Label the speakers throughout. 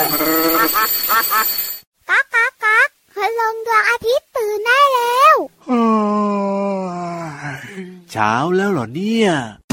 Speaker 1: ก๊ากก๊ากก๊ากพลังดวงอาทิตย์ตื่นได้แล้ว
Speaker 2: เช้าแล้วเหรอเนี่ย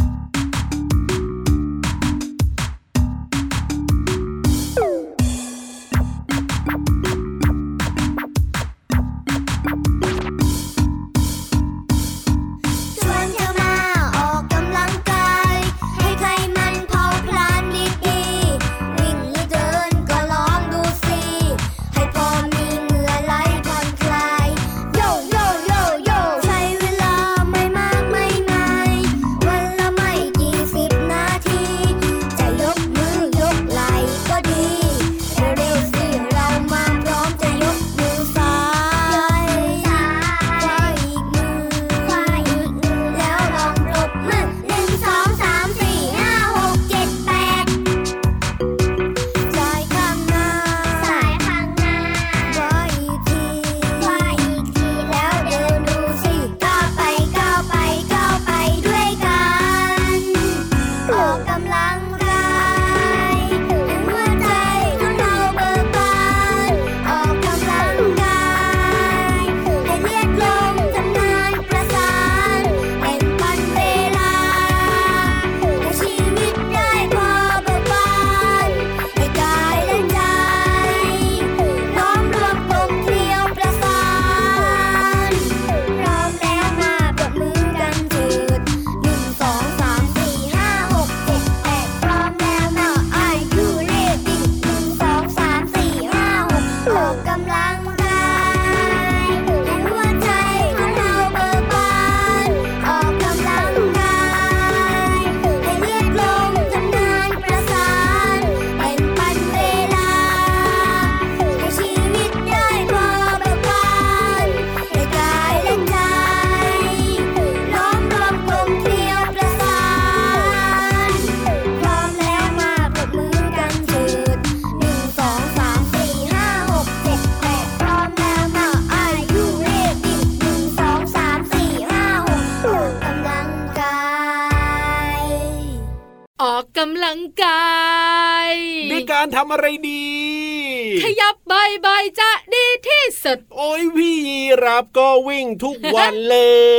Speaker 3: กำลังกาย
Speaker 2: ด้วยการทำอะไรดี
Speaker 3: ขยับบ่อยๆจะดีที่สุด
Speaker 2: โอ้ยพี่ยีรับก็วิ่งทุกวันเลย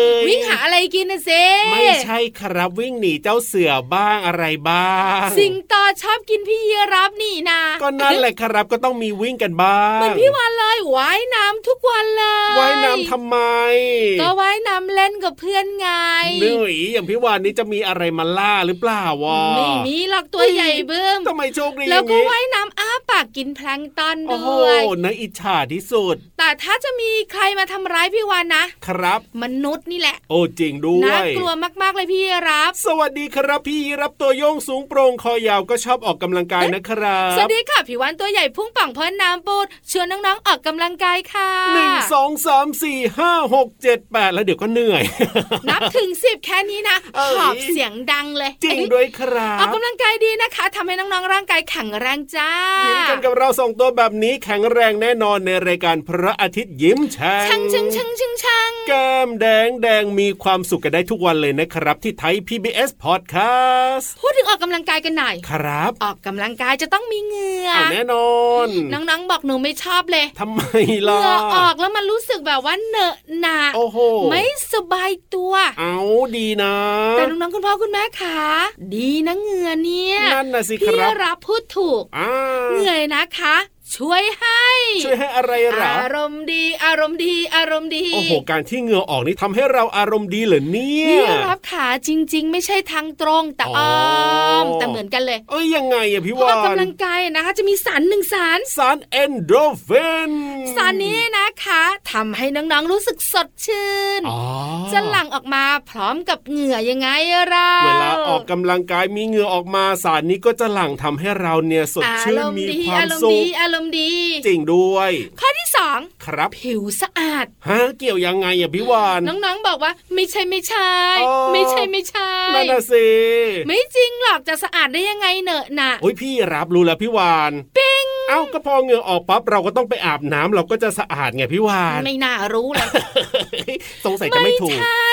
Speaker 3: วิ่งหาอะไรกินนะเซ
Speaker 2: ไม่ใช่ครับวิ่งหนีเจ้าเสือบ้างอะไรบ้าง
Speaker 3: สิงโตชอบกินพี่ยีรับนี่นะ
Speaker 2: ก็นั่นแหละครับก็ต้องมีวิ่งกันบ้าง
Speaker 3: เหมือนพี่วานเลยว่ายน้ำทุกวันเลย
Speaker 2: ว่ายน้ำทำไม
Speaker 3: ก็ว่ายน้ำเล่นกับเพื่อนไง
Speaker 2: นี่อย่างพี่วานนี้จะมีอะไรมาล่าหรือเปล่าวะ
Speaker 3: ไม่มีหรอกตัวใหญ่เบิ้ม
Speaker 2: ทำไมโชคดี
Speaker 3: แล้วก็ว่ายน้ำอ้าปากกินแพลงก์ตอนด้วย
Speaker 2: โอ้น่าอิจฉาที่สุด
Speaker 3: แต่ถ้าจะมีใครมาทำร้ายพี่วานนะครับมนุษย์นี่แหละ
Speaker 2: โอ้จริงด้วย
Speaker 3: น่ากลัวมากๆเลยพี่รับ
Speaker 2: สวัสดีครับพี่รับตัวโยงสูงโปร่งคอยาวก็ชอบออกกำลังกายนะครับ
Speaker 3: สวัสดีค่ะพี่วานตัวใหญ่พุ่งป่องพ้นน้ำปูดชวนน้องๆออกกำลังกายค่ะ
Speaker 2: 1 2 3 4 5 6 7 8แล้วเดี๋ยวก็เหนื่อย
Speaker 3: นับถึง10แค่นี้นะหอบเสียงดังเลย
Speaker 2: จริงด้วยครับ
Speaker 3: ออกกำลังกายดีนะคะทำให้น้องๆร่างกายแข็งแรงจ้า
Speaker 2: อยู่กันกับเรา2ตัวแบบนี้แข็งแรงแน่นอนในรายการพระอาทิตย์ยิ้มแฉ่งแก้มแดงมีความสุขกันได้ทุกวันเลยนะครับที่ไทย PBS Podcast
Speaker 3: พูดถึงออกกำลังกายกันหน่อย
Speaker 2: ครับ
Speaker 3: ออกกำลังกายจะต้องมีเหงื่อ
Speaker 2: แน่นอน
Speaker 3: น้องๆบอกหนูไม่ชอบเลย
Speaker 2: ทำไมล่ะ
Speaker 3: เหงื่อออกแล้วมันรู้สึกแบบว่าเหนอะหนะไม่สบายตัว
Speaker 2: เอาดีนะ
Speaker 3: แต่น้องๆคุณพ่อคุณแม่ขาดีนะเหงื่อเนี่ย
Speaker 2: นั่นน่ะสิครับ
Speaker 3: พี่รับพูดถูกเหงื่อนะคะช่วยให้
Speaker 2: อะไรหรอ
Speaker 3: อารมณ์ดีอารมณ์ดีอารมณ์ดี
Speaker 2: โอ้โหการที่เหงื่อออกนี่ทำให้เราอารมณ์ดีเหรอเนี่ย
Speaker 3: พี่รับขาจริงๆไม่ใช่ทางตรงแต่แต่เหมือนกันเลย
Speaker 2: ยังไงอะพี่วาน
Speaker 3: ออกกำลังกายนะคะจะมีสาร
Speaker 2: สารเอนโดรฟิน
Speaker 3: สารนี้นะคะทำให้น้องๆรู้สึกสดชื่นจะหลั่งออกมาพร้อมกับเหงื่อยังไงเรา
Speaker 2: เวลาออกกำลังกายมีเหงื่อออกมาสารนี้ก็จะหลั่งทำให้เราเนี่ยสดชื่นมีความสุข
Speaker 3: อารมณ์ดี
Speaker 2: จริงด้วย
Speaker 3: ข้อที่2
Speaker 2: ครับ
Speaker 3: ผิวสะอาด
Speaker 2: เกี่ยวยังไงอะพี่วาน
Speaker 3: น้องๆบอกว่าไม่ใช่ไม่ใช่นั่
Speaker 2: นน่ะสิ
Speaker 3: ไม่จริงหรอกจะสะอาดได้ยังไงเนอะน่ะ
Speaker 2: โอ้ยพี่รับรู้แล้วพี่วาน
Speaker 3: ปิ๊ง
Speaker 2: เอ้าก็พอเหงื่อออกปั๊บเราก็ต้องไปอาบน้ำเราก็จะสะอาดไงพี่วาน
Speaker 3: ไม่น่ารู้เลย
Speaker 2: สงสัยจะไม่ถูก
Speaker 3: ไม่ใช่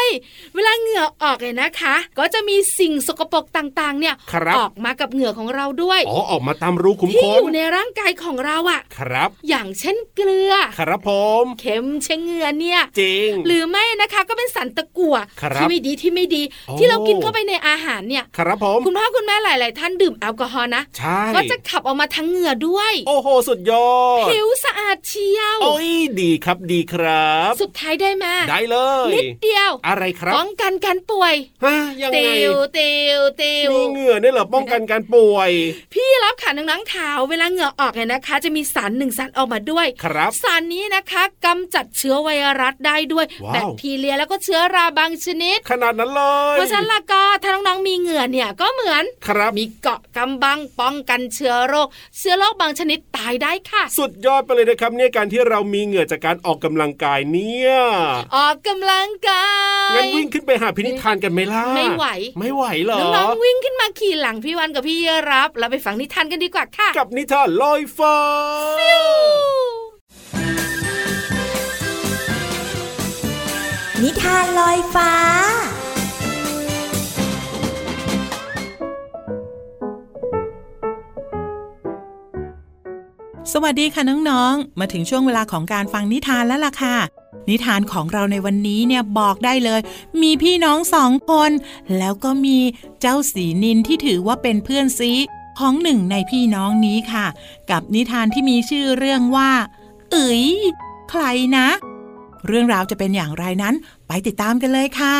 Speaker 3: เวลาเหงื่อออกเนี่ยนะคะก็จะมีสิ่งสกปรกต่างๆเนี่ยออกมากับเหงื่อของเราด้วย
Speaker 2: ออกมาตามรูขุมขน
Speaker 3: ที่อยู่ในร่างกายของเราอ่ะ
Speaker 2: ครับ
Speaker 3: อย่างเช่นเกลือ
Speaker 2: ครับผม
Speaker 3: เค็มเช่นเหงื่อเนี่ย
Speaker 2: จริง
Speaker 3: หรือไม่นะคะก็เป็นสารตะกั่วที่ไม่ดีที่เรากินเข้าไปในอาหารเนี่ย
Speaker 2: ครับผม
Speaker 3: คุณพ่อคุณแม่หลายๆท่านดื่มแอลกอฮอล์นะก็จะขับออกมาทั้งเหงื่อด้วย
Speaker 2: โอ้โหสุดยอด
Speaker 3: ผิวสะอาดเชียว
Speaker 2: โอ้ยดีครับดีครับ
Speaker 3: สุดท้ายได้มา
Speaker 2: ได้เลย
Speaker 3: นิดเดียว
Speaker 2: อะไรครับ
Speaker 3: ป้องกันการป่วย
Speaker 2: ยังไง
Speaker 3: เตียว
Speaker 2: มีเหงื่อเนี่ยเหรอป้องกันการป่วย
Speaker 3: พี่รับค่ะน้องๆข่าวเวลาเหงื่อออกเนี่ยนะคะจะมีสาร1สารออกมาด้วยสารนี้นะคะกำจัดเชื้อไวรัสได้ด้วยแบคทีเรียแล้วก็เชื้อราบางชนิด
Speaker 2: ขนาดนั้นเลย
Speaker 3: เพราะฉะนั้นล่ะก็ถ้าน้องๆมีเหงื่อเนี่ยก็เหมือนมีเกาะกำบังป้องกันเชื้อโรคบางชนิดตายได้ค่ะ
Speaker 2: สุดยอดไปเลยนะครับเนี่ยการที่เรามีเหงื่อจากการออกกำลังกายเนี่ย
Speaker 3: ออกกำลังกาย
Speaker 2: งั้นวิ่งขึ้นไปหาพินิธานกันไหมล่ะ
Speaker 3: ไม่ไหว
Speaker 2: เหรอ
Speaker 3: น้องๆวิ่งขึ้นมาขี่หลังพี่วันกับพี่รับแล้วไปฟังนิทานกันดีกว่าค่ะ
Speaker 2: กับนิทานลอยฟ้า
Speaker 4: นิทานลอยฟ้า
Speaker 5: สวัสดีค่ะน้องๆมาถึงช่วงเวลาของการฟังนิทานแล้วล่ะค่ะนิทานของเราในวันนี้เนี่ยบอกได้เลยมีพี่น้อง2 คนแล้วก็มีเจ้าสีนิลที่ถือว่าเป็นเพื่อนซีของหนึ่งในพี่น้องนี้ค่ะกับนิทานที่มีชื่อเรื่องว่าใครนะเรื่องราวจะเป็นอย่างไรนั้นไปติดตามกันเลยค่ะ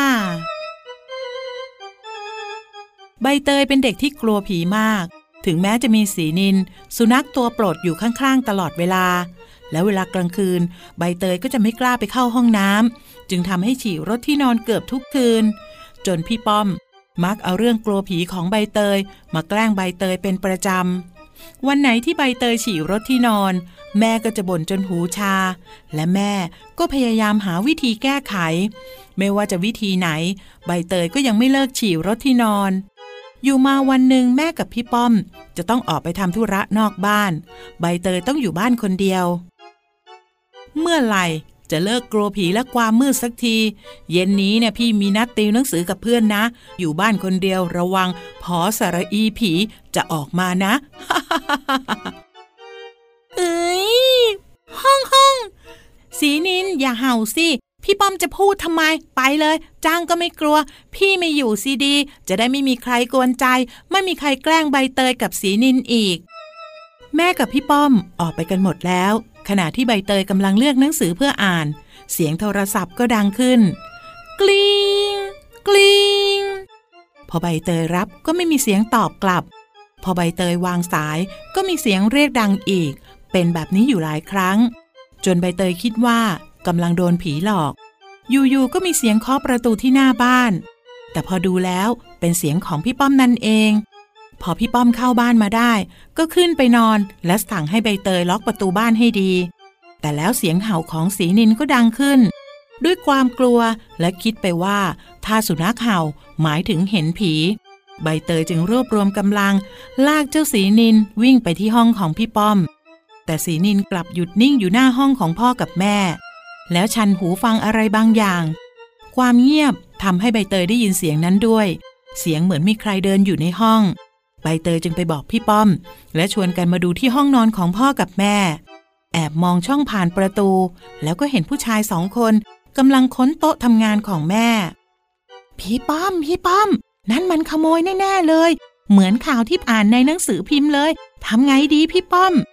Speaker 5: ใบเตยเป็นเด็กที่กลัวผีมากถึงแม้จะมีสีนิลสุนัขตัวโปรดอยู่ข้างๆตลอดเวลาแล้วเวลากลางคืนใบเตยก็จะไม่กล้าไปเข้าห้องน้ำจึงทำให้ฉี่รถที่นอนเกือบทุกคืนจนพี่ป้อมมักเอาเรื่องกลัวผีของใบเตยมาแกล้งใบเตยเป็นประจำวันไหนที่ใบเตยฉี่รถที่นอนแม่ก็จะบ่นจนหูชาและแม่ก็พยายามหาวิธีแก้ไขไม่ว่าจะวิธีไหนใบเตยก็ยังไม่เลิกฉี่รถที่นอนอยู่มาวันหนึ่งแม่กับพี่ป้อมจะต้องออกไปทำธุระนอกบ้านใบเตยต้องอยู่บ้านคนเดียวเมื่อไหร่จะเลิกกลัวผีและความมืดสักทีเย็นนี้เนี่ยพี่มีนัดติวหนังสือกับเพื่อนนะอยู่บ้านคนเดียวระวังผอสระอีผีจะออกมานะ ห้องสีนิลอย่าเห่าสิพี่ป้อมจะพูดทำไมไปเลยจ้างก็ไม่กลัวพี่ไม่อยู่ซีดีจะได้ไม่มีใครกวนใจไม่มีใครแกล้งใบเตยกับสีนิลอีกแม่กับพี่ป้อมออกไปกันหมดแล้วขณะที่ใบเตยกำลังเลือกหนังสือเพื่ออ่านเสียงโทรศัพท์ก็ดังขึ้นกลิ้งกลิ้งพอใบเตยรับก็ไม่มีเสียงตอบกลับพอใบเตยวางสายก็มีเสียงเรียกดังอีกเป็นแบบนี้อยู่หลายครั้งจนใบเตยคิดว่ากำลังโดนผีหลอกอยู่ๆก็มีเสียงเคาะประตูที่หน้าบ้านแต่พอดูแล้วเป็นเสียงของพี่ป้อมนั่นเองพอพี่ป้อมเข้าบ้านมาได้ก็ขึ้นไปนอนและสั่งให้ใบเตยล็อกประตูบ้านให้ดีแต่แล้วเสียงเห่าของสีนิลก็ดังขึ้นด้วยความกลัวและคิดไปว่าถ้าสุนัขเห่าหมายถึงเห็นผีใบเตยจึงรวบรวมกำลังลากเจ้าสีนิลวิ่งไปที่ห้องของพี่ป้อมแต่สีนิลกลับหยุดนิ่งอยู่หน้าห้องของพ่อกับแม่แล้วชันหูฟังอะไรบางอย่างความเงียบทำให้ใบเตยได้ยินเสียงนั้นด้วยเสียงเหมือนมีใครเดินอยู่ในห้องใบเตยจึงไปบอกพี่ป้อมและชวนกันมาดูที่ห้องนอนของพ่อกับแม่แอบมองช่องผ่านประตูแล้วก็เห็นผู้ชาย2 คนกำลังค้นโต๊ะทำงานของแม่พี่ป้อมนั่นมันขโมยแน่ๆเลยเหมือนข่าวที่อ่านในหนังสือพิมพ์เลยทำไงดีพี่ป้อม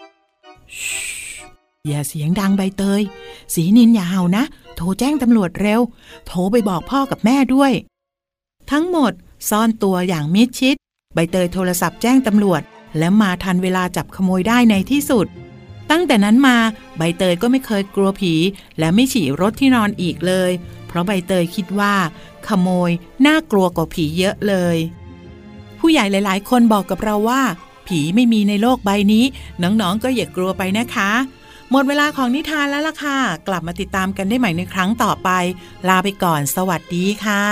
Speaker 5: อย่าเสียงดังใบเตยสีนิลอย่าเห่านะโทรแจ้งตำรวจเร็วโทรไปบอกพ่อกับแม่ด้วยทั้งหมดซ่อนตัวอย่างมิดชิดใบเตยโทรศัพท์แจ้งตำรวจและมาทันเวลาจับขโมยได้ในที่สุดตั้งแต่นั้นมาใบเตยก็ไม่เคยกลัวผีและไม่ฉี่รถที่นอนอีกเลยเพราะใบเตยคิดว่าขโมยน่ากลัวกว่าผีเยอะเลยผู้ใหญ่หลายๆคนบอกกับเราว่าผีไม่มีในโลกใบนี้น้องๆก็อย่ากลัวไปนะคะหมดเวลาของนิทานแล้วล่ะค่ะกลับมาติดตามกันได้ใหม่ในครั้งต่อไปลาไปก่อนสวัสดีค่ะ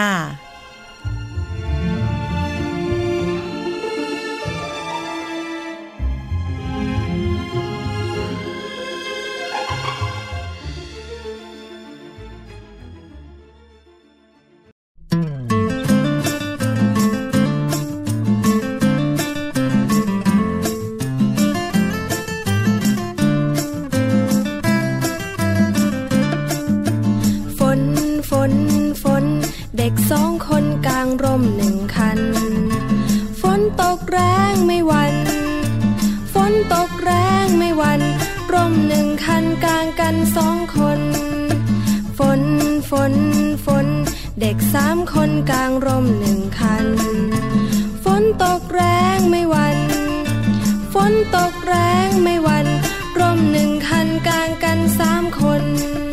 Speaker 6: เด็ก3 คนกลางร่ม1 คันฝนตกแรงไม่หวั่นฝนตกแรงไม่หวั่นร่ม1 คันกลางกัน3 คน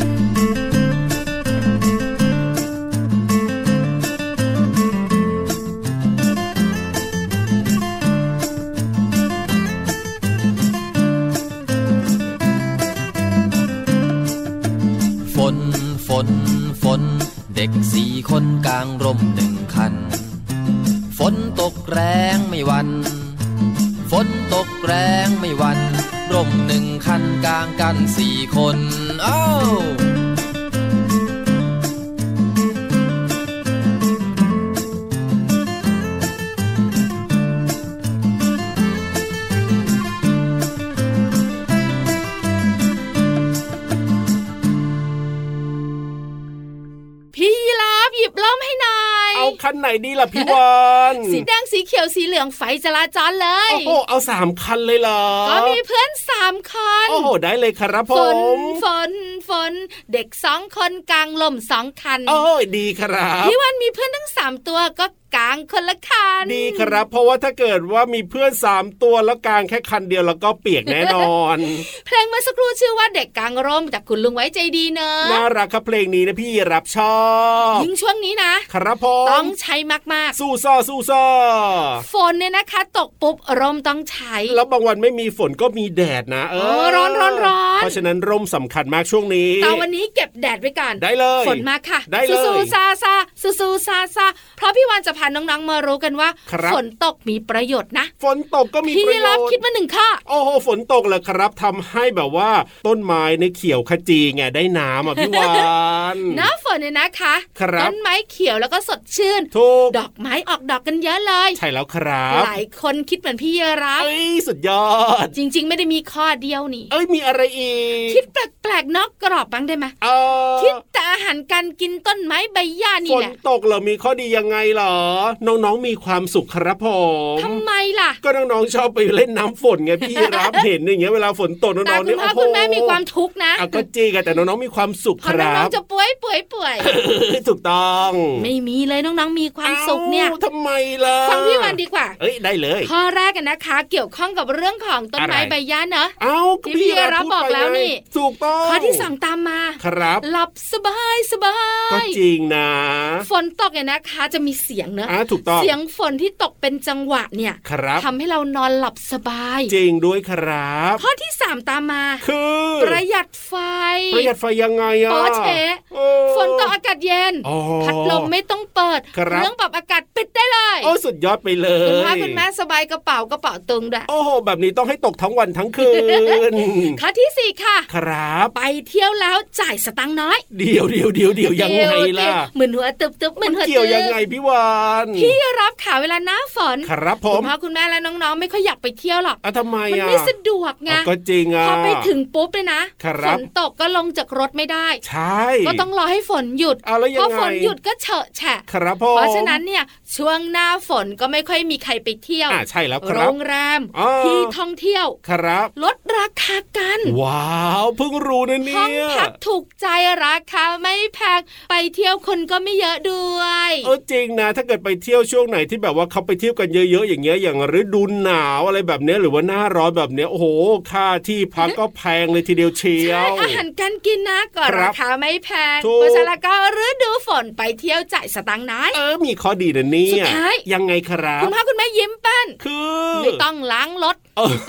Speaker 7: ฝนเด็ก4 คนกลางร่ม1 คันฝนตกแรงไม่หวั่นฝนตกแรงไม่หวั่นร่ม1 คันกลางกัน4 คนอ้าว
Speaker 2: คันไหนดีล่ะพี่วาน
Speaker 3: สีแดงสีเขียวสีเหลืองไฟจราจรเลย
Speaker 2: โอ้โหเอา3 คันเลยเหรอ
Speaker 3: ก็มีเพื่อน3 คน
Speaker 2: โอ้โหได้เลยครับผม
Speaker 3: ฝนเด็ก2 คนกลางลม2 คัน
Speaker 2: โอ้ยดีครับ
Speaker 3: พี่วานมีเพื่อนทั้ง3 ตัวก็กางคนละคัน
Speaker 2: ดีครับเพราะว่าถ้าเกิดว่ามีเพื่อน3 ตัวแล้วกางแค่คันเดียวแล้วก็เปียกแน่นอน
Speaker 3: เพลงเมื่อสักครู่ชื่อว่าเด็กกางร่มจากคุณลุงไว้ใจดีเนอะ
Speaker 2: น่ารักครับเพลงนี้นะพี่รับชอบ
Speaker 3: ยิ่งช่วงนี้นะครับ
Speaker 2: ผม
Speaker 3: ต้องใช้มาก
Speaker 2: ๆสู้ซ่า
Speaker 3: ฝนเนี่ยนะคะตกปุ๊บร่มต้องใช้
Speaker 2: แล้วบางวันไม่มีฝนก็มีแดดนะ
Speaker 3: ร้อน
Speaker 2: เพราะฉะนั้นร่มสำคัญมากช่วงนี้
Speaker 3: แต่วันนี้เก็บแดดไว้ก่อน
Speaker 2: ได้เลย
Speaker 3: ฝนมาค่ะ
Speaker 2: ได้เลย
Speaker 3: สู้ซาเพราะพี่วานจะพาน้องๆมารู้กันว่าฝนตกมีประโยชน์นะ
Speaker 2: ฝนตกก็มีประโยชน์
Speaker 3: พี่รับคิดมา1 ข้อ
Speaker 2: โอ้โหฝนตกเหรอครับทำให้แบบว่าต้นไม้ในเขียวขจีไงได้น้ำอ่ะพี่วาน
Speaker 3: น้าฝนเนี่ยนะคะต้นไม้เขียวแล้วก็สดชื่นดอกไม้ออกดอกกันเยอะเลย
Speaker 2: ใช่แล้วครับ
Speaker 3: หลายคนคิดเหมือนพี่รับ
Speaker 2: สุดยอด
Speaker 3: จริงๆไม่ได้มีข้อเดียวนี่
Speaker 2: มีอะไรอีก
Speaker 3: คิดแปลกๆนอกกรอบบ้างได้ไหมคิดแต่อาหารการกินต้นไม้ใบหญ้านี่แหละ
Speaker 2: ฝนตกเหรอมีข้อดียังไงเหรอน้องๆมีความสุขครับผม
Speaker 3: ทำไมล่ะ
Speaker 2: ก็น้องๆชอบไปเล่นน้ำฝนไงพี่รับเห็นอย่างเงี้ยเวลาฝนตกน้องๆเนี่ย
Speaker 3: โอ้โหคุณแม่มีความทุกข์นะ
Speaker 2: ก็จริงแต่น้องๆมีความสุขครับ
Speaker 3: น้องๆจะป่วย
Speaker 2: ถูกต้อง
Speaker 3: ไม่มีเลยน้องๆมีความสุขเนี่ย
Speaker 2: ทำไมล่ะ
Speaker 3: ฟังพี่วันดีกว่า
Speaker 2: ได้เลย
Speaker 3: ข้อแรกกันนะคะเกี่ยวข้องกับเรื่องของต้นไม้ใบหญ้าเนอะ
Speaker 2: ที่
Speaker 3: พี่รับบอกแล้วนี่
Speaker 2: ถูกต้อง
Speaker 3: ข้อที่2ตามมา
Speaker 2: ครับ
Speaker 3: หลับสบาย
Speaker 2: ก็จริงนะ
Speaker 3: ฝนตกเนี่ยนะคะจะมีเสียงเนอะ
Speaker 2: ถูกต้อง
Speaker 3: เสียงฝนที่ตกเป็นจังหวะเนี่ยทำให้เรานอนหลับสบาย
Speaker 2: จริงด้วยครับ
Speaker 3: ข้อที่3ตามมา
Speaker 2: คือ
Speaker 3: ประหยัดไฟ
Speaker 2: ยังไง
Speaker 3: เชฝนตกอากาศเย็นพัดลมไม่ต้องเปิดเครื่องปรับอากาศปิดได้เลย
Speaker 2: สุดยอดไปเลย
Speaker 3: คุณแม่สบายกระเป๋าตึงด้วย
Speaker 2: โอ้โหแบบนี้ต้องให้ตกทั้งวันทั้งคืน
Speaker 3: ข้อที่4ค่ะ
Speaker 2: ครับ
Speaker 3: ไปเที่ยวแล้วจ่ายสตางค์น้อย
Speaker 2: เดี๋ยวยังไงล่ะ
Speaker 3: เหมือนหัวตึบเหมือนหัว
Speaker 2: เกี่ยวยังไงพี่วาน
Speaker 3: พี่รับข่าวเวลาหน้าฝน
Speaker 2: ครับผม
Speaker 3: คุณแม่และน้องๆไม่ค่อยอยากไปเที่ยวหรอก
Speaker 2: ทำไม
Speaker 3: มันไม่สะดวกไง
Speaker 2: ก็จริง
Speaker 3: พอไปถึงปุ๊บเลยนะฝนตกก็ลงจากรถไม่ได้
Speaker 2: ใช่
Speaker 3: ก็ต้องรอให้ฝนหยุดพอฝนหยุดก็เฉอะแฉะเพราะฉะนั้นเนี่ยช่วงหน้าฝนก็ไม่ค่อยมีใครไปเที่ยว
Speaker 2: ใช่แล้วครับ
Speaker 3: โรงแรมที่ท่องเที่ยวลดราคากัน
Speaker 2: ว้าวเพิ่งรู้นะเนี่ย
Speaker 3: พักถูกใจราคาไม่แพงไปเที่ยวคนก็ไม่เยอะด้วย
Speaker 2: จริงนะถ้าเกิดไปเที่ยวช่วงไหนที่แบบว่าเขาไปเที่ยวกันเยอะๆอย่างเงี้ยอย่างฤดูหนาวอะไรแบบเนี้ยหรือว่าหน้าร้อนแบบเนี้ยโอ้โหค่าที่พักก็แพงเลยทีเดียวเชียว
Speaker 3: อาหารการกินนะก็ราคาไม่แพงเพราะฉะนั้นก็ฤดูฝนไปเที่ยวจ่ายสตางค์น้อย
Speaker 2: มีข้อดีนะเนี่ยสุดท้ายยังไงครับ
Speaker 3: คุณพ่อคุณแม่ยิ้มแป้น
Speaker 2: คือ
Speaker 3: ไม่ต้องล้างรถ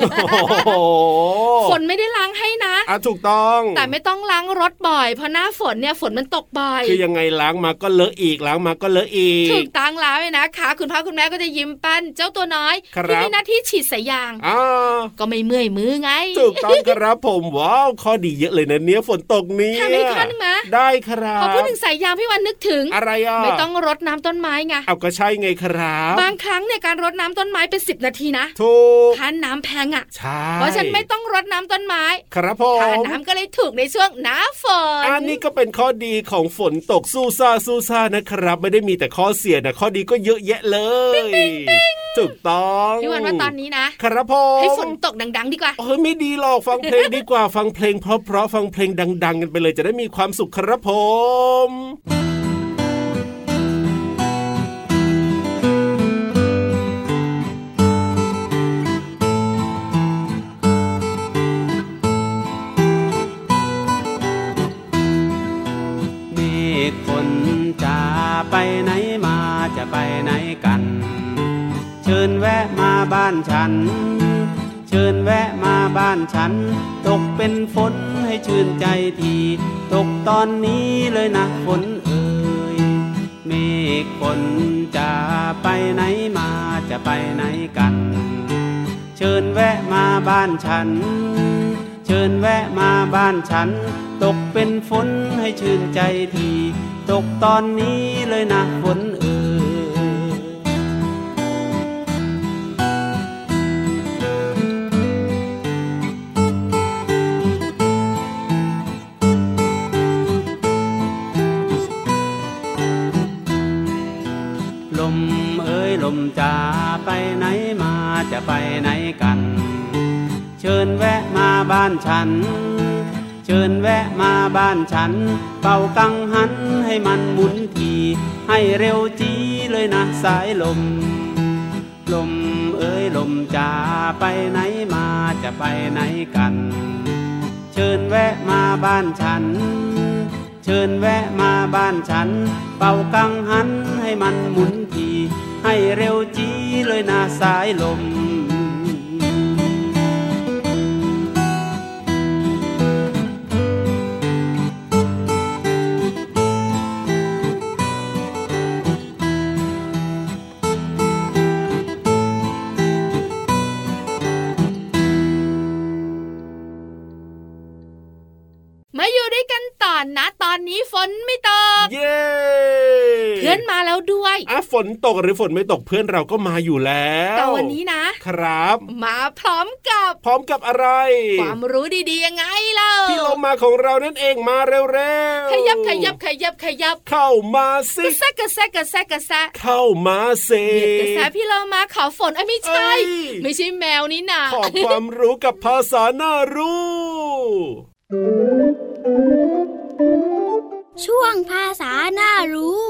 Speaker 3: ฝนไม่ได้ล้างให้นะ
Speaker 2: ถูกต้อง
Speaker 3: แต่ไม่ต้องล้างรถบ่อยเพราะหน้าฝนเนี่ยฝนมันตกบ่อย
Speaker 2: คือยังไงล้างมาก็เลอะอีกล้างมาก็เลอะอีก
Speaker 3: ถูกต้องแล้วนะคะคุณพ่อคุณแม่ก็จะยิ้มแป้นเจ้าตัวน้อยที่มีหน้าที่ฉีดสายยางก็ไม่เมื่อยมือไง
Speaker 2: ถูกต้องครับผมว้าวข้อดีเยอะเลยนะเนี่ยฝนตกนี้
Speaker 3: ทำได้ข้อนึงไหม
Speaker 2: ได้ครับ
Speaker 3: พอพูดถึงสายยางพี่วันนึกถึง
Speaker 2: อะไร
Speaker 3: ไม่ต้องรดน้ำต้นไม้ไง
Speaker 2: ก็ใช่ไงครับ
Speaker 3: บางครั้งเนี่ยการรดน้ำต้นไม้เป็น10 นาทีนะ
Speaker 2: ถูก
Speaker 3: ค่าน้ำแพง
Speaker 2: ใช่
Speaker 3: เพราะฉันไม่ต้องรดน้ำต้นไม้
Speaker 2: ครับผม
Speaker 3: ค่าน้ำก็เลยถูกในช่วงหน้าฝน
Speaker 2: อันนี้ก็เป็นข้อดีของฝนตกสู้ซ่านะครับไม่ได้มีแต่ข้อเสียนะข้อดีก็เยอะแยะเลยถูกต้อง
Speaker 3: พี่วันว่าตอนนี้นะครับ
Speaker 2: ผม
Speaker 3: ให้ฝนตกดังๆดีกว่า
Speaker 2: ไม่ดีหรอกฟังเพลงดีกว่าฟังเพลงเพราะฟังเพลงดังๆกันไปเลยจะได้มีความสุขครับผม
Speaker 8: ฉันเชิญแวะมาบ้านฉันตกเป็นฝนให้ชื่นใจทีตกตอนนี้เลยนะฝนเอ่ยเมฆฝนจะไปไหนมาจะไปไหนกันเชิญแวะมาบ้านฉันเชิญแวะมาบ้านฉันตกเป็นฝนให้ชื่นใจทีตกตอนนี้เลยนะฝนเอ่ยลมเอ้ยลมจะไปไหนมาจะไปไหนกันเชิญแวะมาบ้านฉันเชิญแวะมาบ้านฉันเป่ากังหันให้มันหมุนทีให้เร็วจีเลยนะสายลมลมเอ้ยลมจะไปไหนมาจะไปไหนกันเชิญแวะมาบ้านฉันเชิญแวะมาบ้านฉันเป่ากังหันให้มันหมุนทีให้เร็วจีเลยนะสายลม
Speaker 3: มาอยู่ด้วยกันต่อนะตอนนี้ฝนไม่ตก
Speaker 2: เย้
Speaker 3: เพื่อนมาแล้วด้วย
Speaker 2: ฝนตกหรือฝนไม่ตกเพื่อนเราก็มาอยู่แล้ว
Speaker 3: แต่วันนี้นะครับมาพร้อมกับ
Speaker 2: อะไร
Speaker 3: ความรู้ดีๆยังไงเล่า
Speaker 2: พี่ลงมาของเรานั่นเองมาเร็ว
Speaker 3: ๆขยับ
Speaker 2: เข้ามาสิ
Speaker 3: กระแซะ
Speaker 2: เข้ามาสิ
Speaker 3: กระแซะพี่ลงมาขอฝนไม่ใช่แมวนี่นะ
Speaker 2: ขอความรู้กับภาษาน่ารู้
Speaker 1: ช่วงภาษาน่ารู้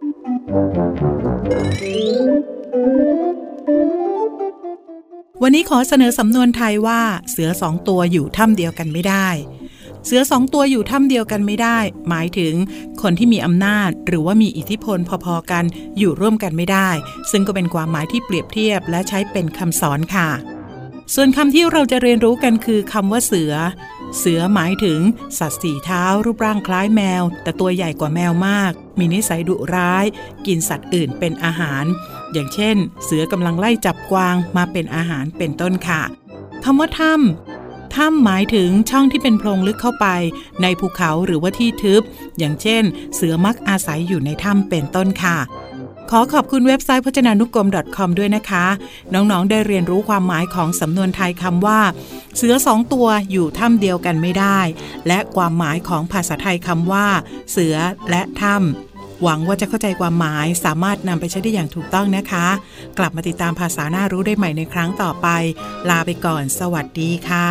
Speaker 5: วันนี้ขอเสนอสำนวนไทยว่าเสือสองตัวอยู่ถ้ำเดียวกันไม่ได้เสือสองตัวอยู่ถ้ำเดียวกันไม่ได้หมายถึงคนที่มีอำนาจหรือว่ามีอิทธิพลพอๆกันอยู่ร่วมกันไม่ได้ซึ่งก็เป็นความหมายที่เปรียบเทียบและใช้เป็นคำสอนค่ะส่วนคำที่เราจะเรียนรู้กันคือคำว่าเสือหมายถึงสัตว์สี่เท้ารูปร่างคล้ายแมวแต่ตัวใหญ่กว่าแมวมากมีนิสัยดุร้ายกินสัตว์อื่นเป็นอาหารอย่างเช่นเสือกำลังไล่จับกวางมาเป็นอาหารเป็นต้นค่ะคำว่าถ้ำหมายถึงช่องที่เป็นโพรงลึกเข้าไปในภูเขาหรือว่าที่ทึบอย่างเช่นเสือมักอาศัยอยู่ในถ้ำเป็นต้นค่ะขอขอบคุณเว็บไซต์พจนานุกรม .com ด้วยนะคะน้องๆได้เรียนรู้ความหมายของสำนวนไทยคำว่าเสือสองตัวอยู่ถ้ำเดียวกันไม่ได้และความหมายของภาษาไทยคำว่าเสือและถ้ำหวังว่าจะเข้าใจความหมายสามารถนำไปใช้ได้อย่างถูกต้องนะคะกลับมาติดตามภาษาน่ารู้ได้ใหม่ในครั้งต่อไปลาไปก่อนสวัสดีค่ะ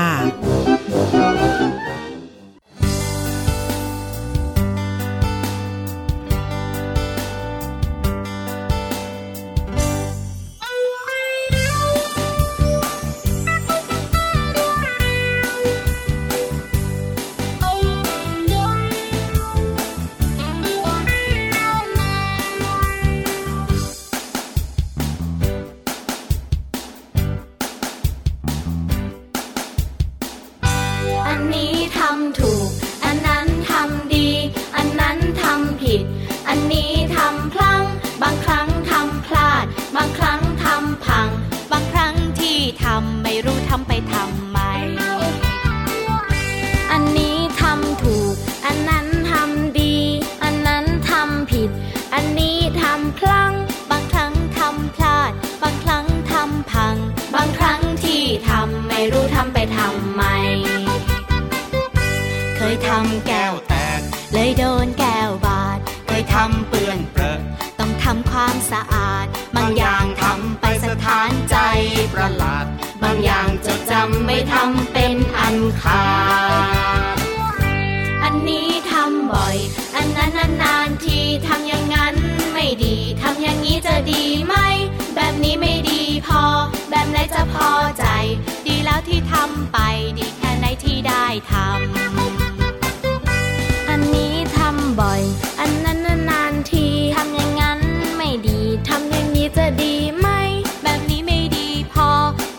Speaker 9: ไม่ทำเป็นอันขาดอันนี้ทำบ่อยอันนั้นนานๆทีทำอย่างนั้นไม่ดีทำอย่างนี้จะดีไหมแบบนี้ไม่ดีพอแบบไหนจะพอใจดีแล้วที่ทำไปดีแค่ไหนที่ได้ทำอันนี้ทำบ่อยอันนั้นนานๆทีทำอย่างนั้นไม่ดีทำอย่างนี้จะดีไหมแบบนี้ไม่ดีพอ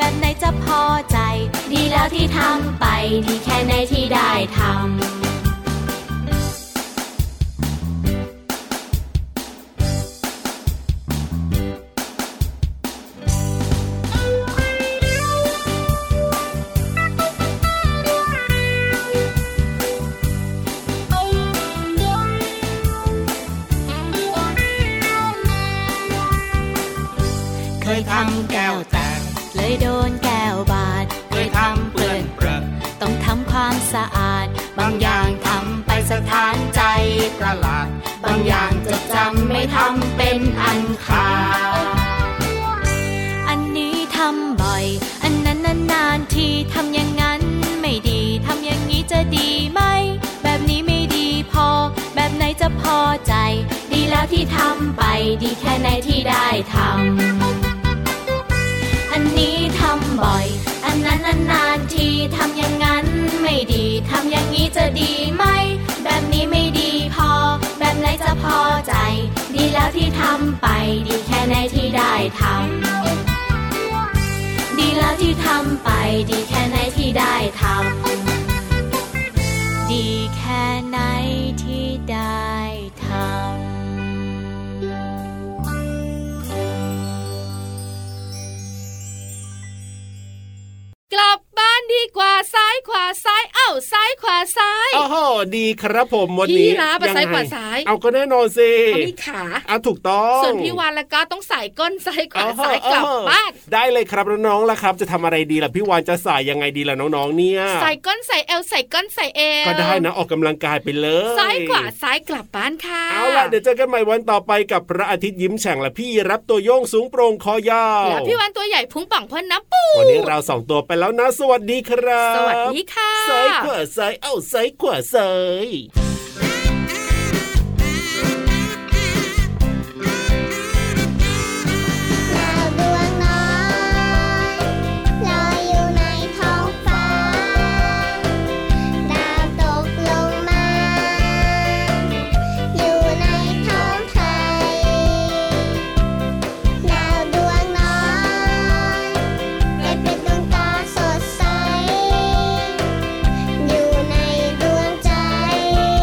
Speaker 9: ที่ทำไปดีแค่ไหนที่ได้ทำ
Speaker 10: เคยทำแก้วแตก
Speaker 9: เลยโดนแก้วบาด
Speaker 10: เคยทำเปื้อนเปรอะ
Speaker 9: ต้องทำความสะอาดบางอย่างทำไปสถานใจ
Speaker 10: ประหลาด
Speaker 9: บางอย่างจดจำไม่ทำเป็นอันขาดอันนี้ทำบ่อยอันนั้นนานๆทีทำอย่างนั้นไม่ดีทำอย่างนี้จะดีไหมแบบนี้ไม่ดีพอแบบไหนจะพอใจดีแล้วที่ทำไปดีแค่ไหนที่ได้ทำอันนี้ทำบ่อยอันนั้นนานๆทีทำอย่างนั้นไม่ดีทำอย่างนี้จะดีไหมแบบนี้ไม่ดีพอแบบไหนจะพอใจดีแล้วที่ทำไปดีแค่ไหนที่ได้ทำดีแล้วที่ทำไปดีแค่ไหนที่ได้ทำดีแค่ไหนที่ได้ทำ
Speaker 3: กลับบ้านดีกว่าซ้ายขวาซ้ายซ้ายขวาซ้าย
Speaker 2: โอ้โหดีครับผมวันนี้
Speaker 3: พี่รับซ้ายขวาซ้าย
Speaker 2: เอาก็แน่นอนสิ
Speaker 3: เขามีขา
Speaker 2: ถูกต้อง
Speaker 3: ส่วนพี่วานแล้วก็ต้องใส่ก้นซ้ายขวาซ้ายกลับบ้าน
Speaker 2: ได้เลยครับน้องๆล่ะครับจะทำอะไรดีล่ะพี่วานจะใส่ยังไงดีล่ะน้องๆเนี่ย
Speaker 3: ใส่ก้นใส่เอวใส่ก้นใส่เอว
Speaker 2: ก็ได้นะออกกำลังกายไปเลย
Speaker 3: ซ้ายขวาซ้ายกลับบ้านค่ะ
Speaker 2: เอาล่ะเดี๋ยวเจอกันใหม่วันต่อไปกับพระอาทิตย์ยิ้มแฉ่งและพี่รับตัวโยงสูงโปร่งคอยาว
Speaker 3: และพี่วานตัวใหญ่พุงป่องพ่นน้ำปู
Speaker 2: วันนี้เรา2ตัวไปแล้วนะสวัสดีครับ
Speaker 3: สวัสดีค่ะ
Speaker 2: ซ้ายขวาซ้ายซ้ายขวาซ้าย
Speaker 1: อยู่ในดวงใจ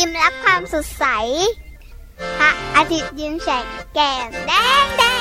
Speaker 1: ยิ้มรับความสดใสพระอาทิตย์ยิ้มแฉกแก้มแดง